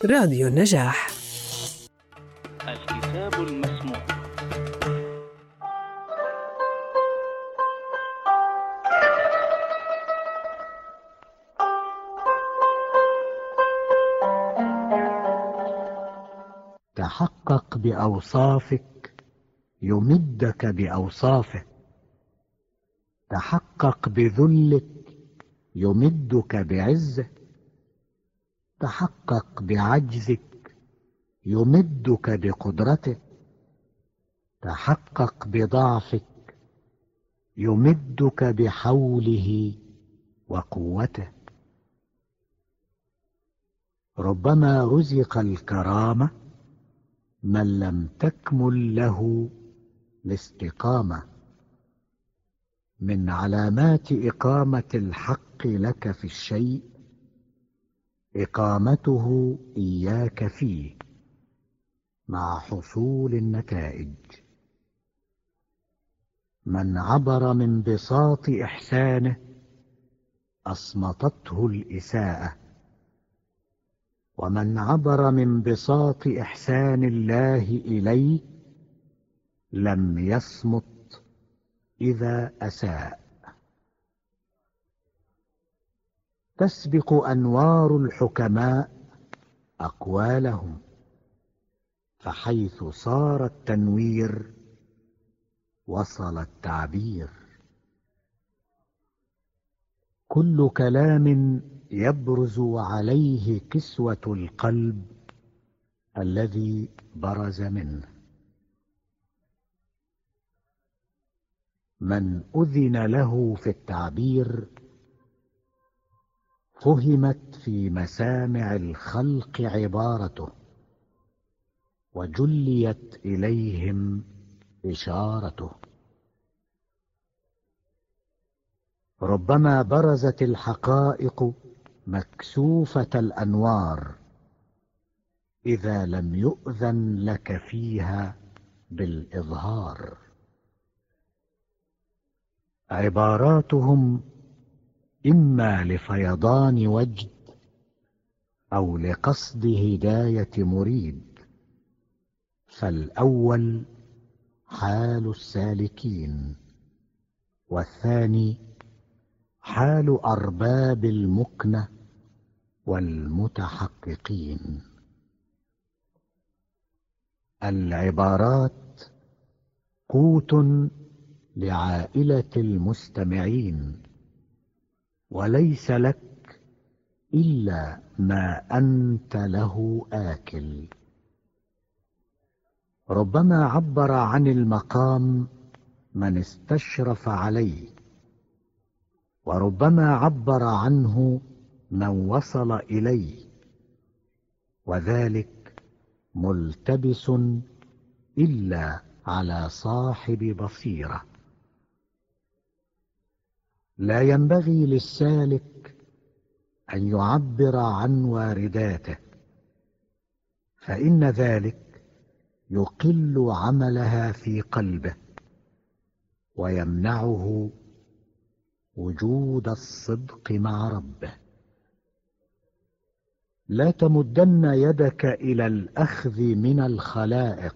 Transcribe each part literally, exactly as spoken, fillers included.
راديو النجاح. الكتاب المسموع. تحقق بأوصافك يمدك بأوصافه، تحقق بذلك يمدك بعزه، تحقق بعجزك يمدك بقدرته، تحقق بضعفك يمدك بحوله وقوته. ربما رزق الكرامة من لم تكمل له الاستقامة. من علامات إقامة الحق لك في الشيء إقامته إياك فيه مع حصول النتائج. من عبر من بساط إحسانه أصمتته الإساءة، ومن عبر من بساط إحسان الله إليه لم يصمت إذا أساء. تسبق أنوار الحكماء أقوالهم، فحيث صار التنوير وصل التعبير. كل كلام يبرز عليه كسوة القلب الذي برز منه. من أذن له في التعبير فهمت في مسامع الخلق عبارته، وجليت إليهم إشارته. ربما برزت الحقائق مكسوفة الأنوار إذا لم يؤذن لك فيها بالإظهار. عباراتهم إما لفيضان وجد أو لقصد هداية مريد، فالأول حال السالكين، والثاني حال أرباب المكنة والمتحققين. العبارات قوت لعائلة المستمعين، وليس لك إلا ما أنت له آكل. ربما عبر عن المقام من استشرف عليه، وربما عبر عنه من وصل إليه، وذلك ملتبس إلا على صاحب بصيرة. لا ينبغي للسالك أن يعبر عن وارداته، فإن ذلك يقل عملها في قلبه ويمنعه وجود الصدق مع ربه. لا تمدن يدك إلى الأخذ من الخلائق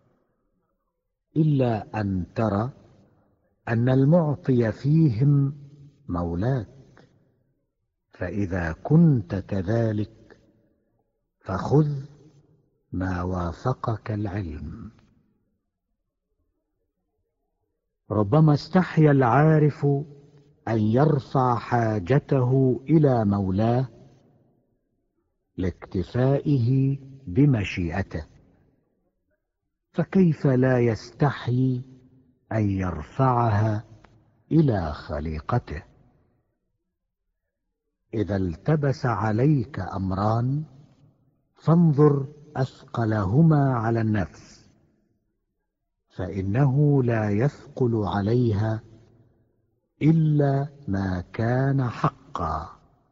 إلا أن ترى أن المعطي فيهم مولاك، فإذا كنت كذلك فخذ ما وافقك العلم. ربما استحيا العارف أن يرفع حاجته إلى مولاه لاكتفائه بمشيئته، فكيف لا يستحيي أن يرفعها إلى خليقته؟ إذا التبس عليك أمران فانظر أثقلهما على النفس، فإنه لا يثقل عليها إلا ما كان حقا.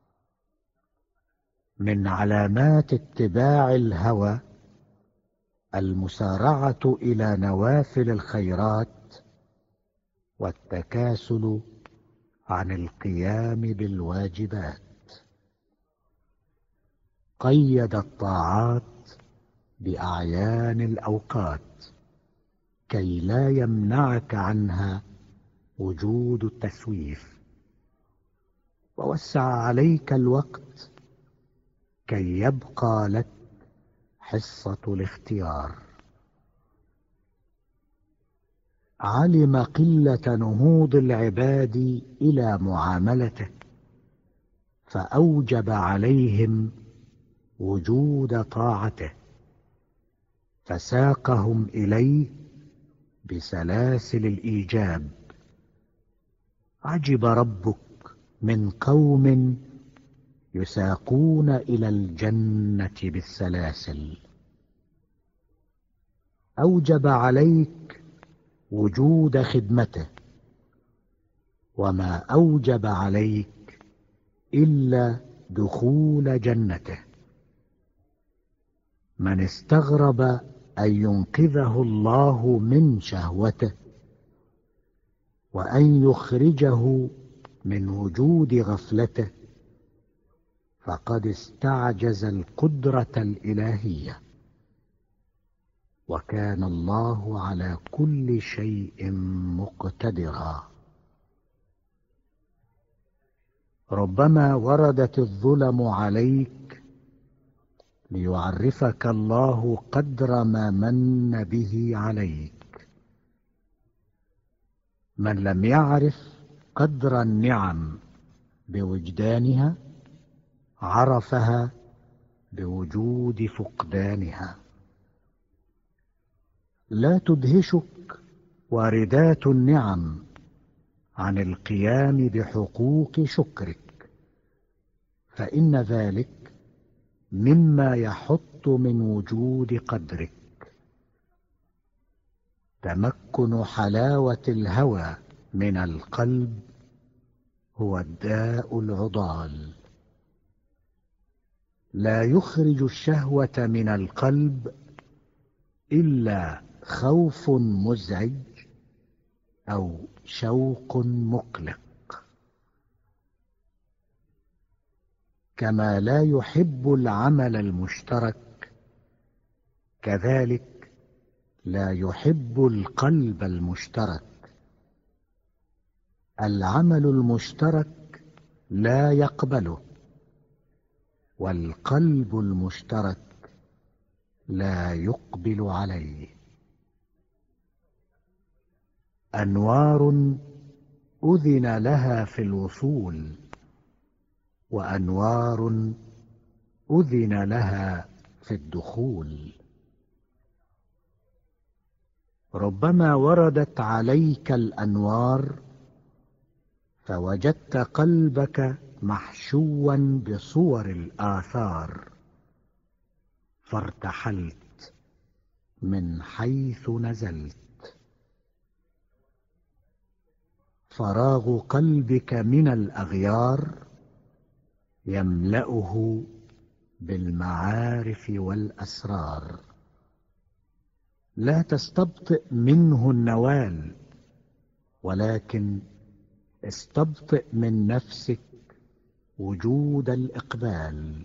من علامات اتباع الهوى المسارعة إلى نوافل الخيرات والتكاسل عن القيام بالواجبات. قيد الطاعات بأعيان الأوقات كي لا يمنعك عنها وجود التسويف، ووسع عليك الوقت كي يبقى لك حصة الاختيار. علم قلة نهوض العباد إلى معاملته فأوجب عليهم وجود طاعته، فساقهم إليه بسلاسل الإيجاب. عجب ربك من قوم يساقون إلى الجنة بالسلاسل. أوجب عليك وجود خدمته، وما أوجب عليك إلا دخول جنته. من استغرب أن ينقذه الله من شهوته وأن يخرجه من وجود غفلته فقد استعجز القدرة الإلهية، وكان الله على كل شيء مقتدرا. ربما وردت الظلم عليك ليعرفك الله قدر ما من به عليك. من لم يعرف قدر النعم بوجدانها عرفها بوجود فقدانها. لا تدهشك واردات النعم عن القيام بحقوق شكرك، فإن ذلك مما يحط من وجود قدرك. تمكن حلاوة الهوى من القلب هو الداء العضال. لا يخرج الشهوة من القلب إلا خوف مزعج أو شوق مقلق. كما لا يحب العمل المشترك كذلك لا يحب القلب المشترك. العمل المشترك لا يقبله، والقلب المشترك لا يقبل عليه. أنوار أذن لها في الوصول، وأنوار أذن لها في الدخول. ربما وردت عليك الأنوار فوجدت قلبك محشوا بصور الآثار، فارتحلت من حيث نزلت. فراغ قلبك من الأغيار يملأه بالمعارف والأسرار. لا تستبطئ منه النوال، ولكن استبطئ من نفسك وجود الإقبال.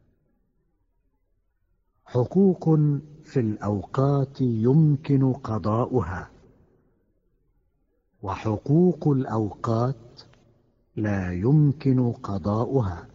حقوق في الأوقات يمكن قضاؤها، وحقوق الأوقات لا يمكن قضاؤها،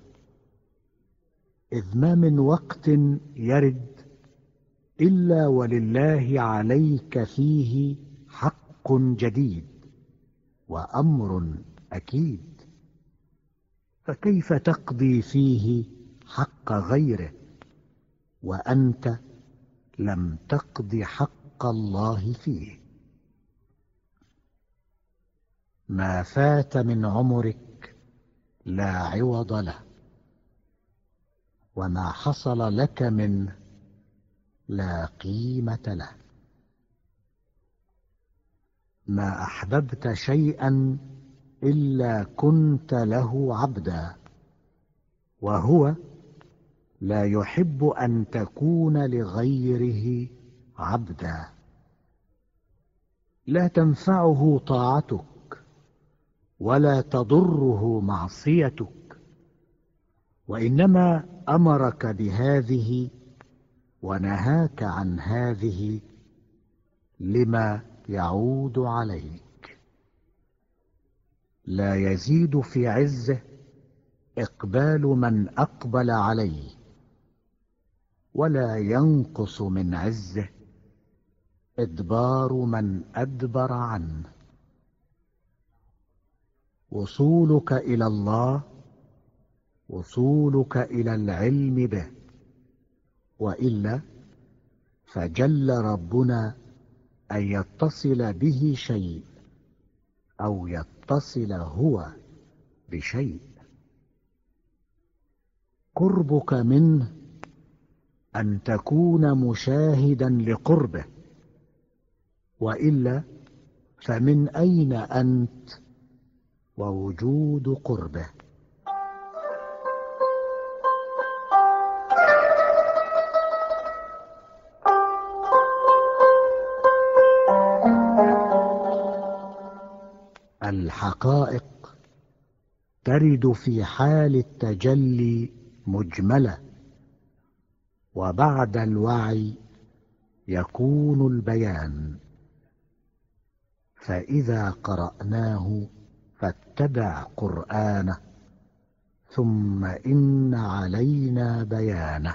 إذ ما من وقت يرد إلا ولله عليك فيه حق جديد وأمر أكيد. فكيف تقضي فيه حق غيره وأنت لم تقض حق الله فيه؟ ما فات من عمرك لا عوض له، وما حصل لك منه لا قيمة له. ما أحببت شيئا إلا كنت له عبدا، وهو لا يحب أن تكون لغيره عبدا. لا تنفعه طاعتك ولا تضره معصيتك، وإنما أمرك بهذه ونهاك عن هذه لما يعود عليك. لا يزيد في عزه إقبال من أقبل عليه، ولا ينقص من عزه إدبار من أدبر عنه. وصولك إلى الله وصولك إلى العلم به، وإلا فجل ربنا أن يتصل به شيء أو يتصل هو بشيء. قربك منه أن تكون مشاهدا لقربه، وإلا فمن أين أنت ووجود قربه؟ الحقائق ترد في حال التجلي مجملة، وبعد الوعي يكون البيان. فإذا قرأناه فاتبع قرآنه، ثم إن علينا بيانه.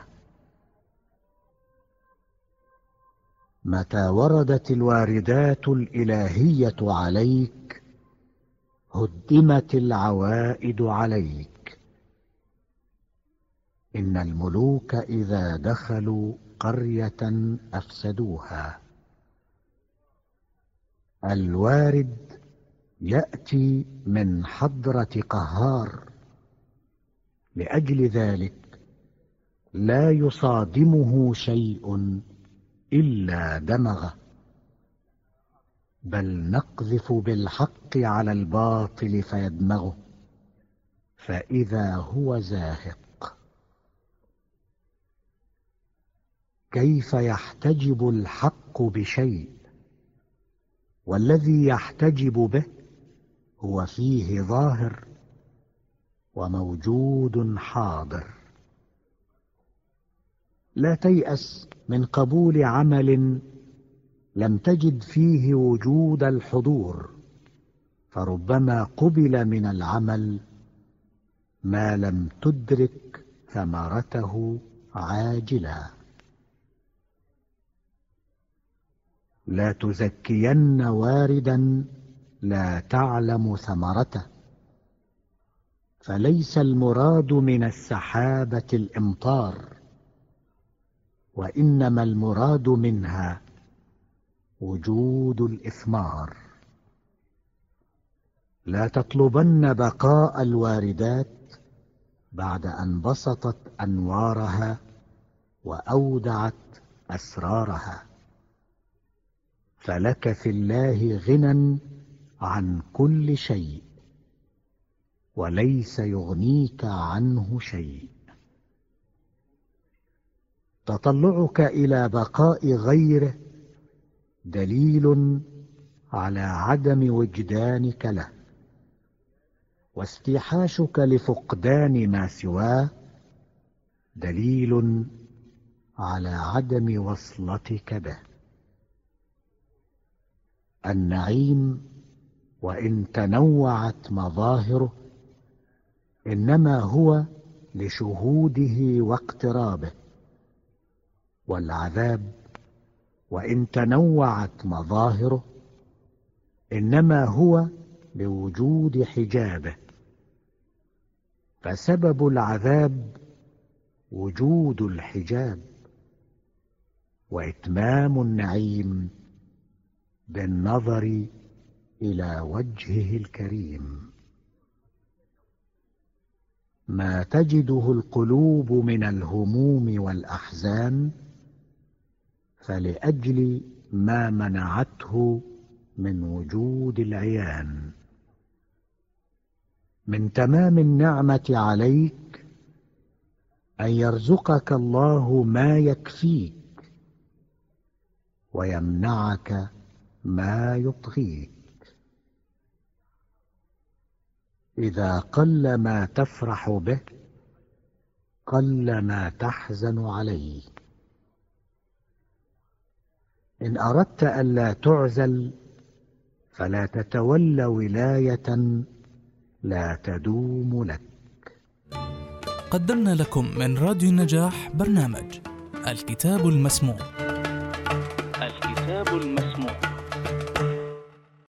متى وردت الواردات الإلهية عليك هدمت العوائد عليك. إن الملوك إذا دخلوا قرية أفسدوها. الوارد يأتي من حضرة قهار، لأجل ذلك لا يصادمه شيء إلا دمغه، بل نقذف بالحق على الباطل فيدمغه، فإذا هو زاهق. كيف يحتجب الحق بشيء والذي يحتجب به هو فيه ظاهر وموجود حاضر؟ لا تيأس من قبول عمل لم تجد فيه وجود الحضور، فربما قبل من العمل ما لم تدرك ثمرته عاجلا. لا تزكين واردا لا تعلم ثمرته، فليس المراد من السحابة الإمطار، وإنما المراد منها وجود الإثمار. لا تطلبن بقاء الواردات بعد أن بسطت أنوارها وأودعت أسرارها، فلك في الله غنى عن كل شيء، وليس يغنيك عنه شيء. تطلعك إلى بقاء غيره دليل على عدم وجدانك له، واستيحاشك لفقدان ما سواه دليل على عدم وصلتك به. النعيم وإن تنوعت مظاهره إنما هو لشهوده واقترابه، والعذاب وإن تنوعت مظاهره إنما هو لوجود حجابه. فسبب العذاب وجود الحجاب، وإتمام النعيم بالنظر إلى وجهه الكريم. ما تجده القلوب من الهموم والأحزان فلأجل ما منعته من وجود العيان. من تمام النعمة عليك أن يرزقك الله ما يكفيك ويمنعك ما يطغيك. إذا قل ما تفرح به قل ما تحزن عليه. إن أردت ألا تعزل فلا تتول ولاية لا تدوم لك. قدمنا لكم من راديو النجاح برنامج الكتاب المسموع. الكتاب المسموع.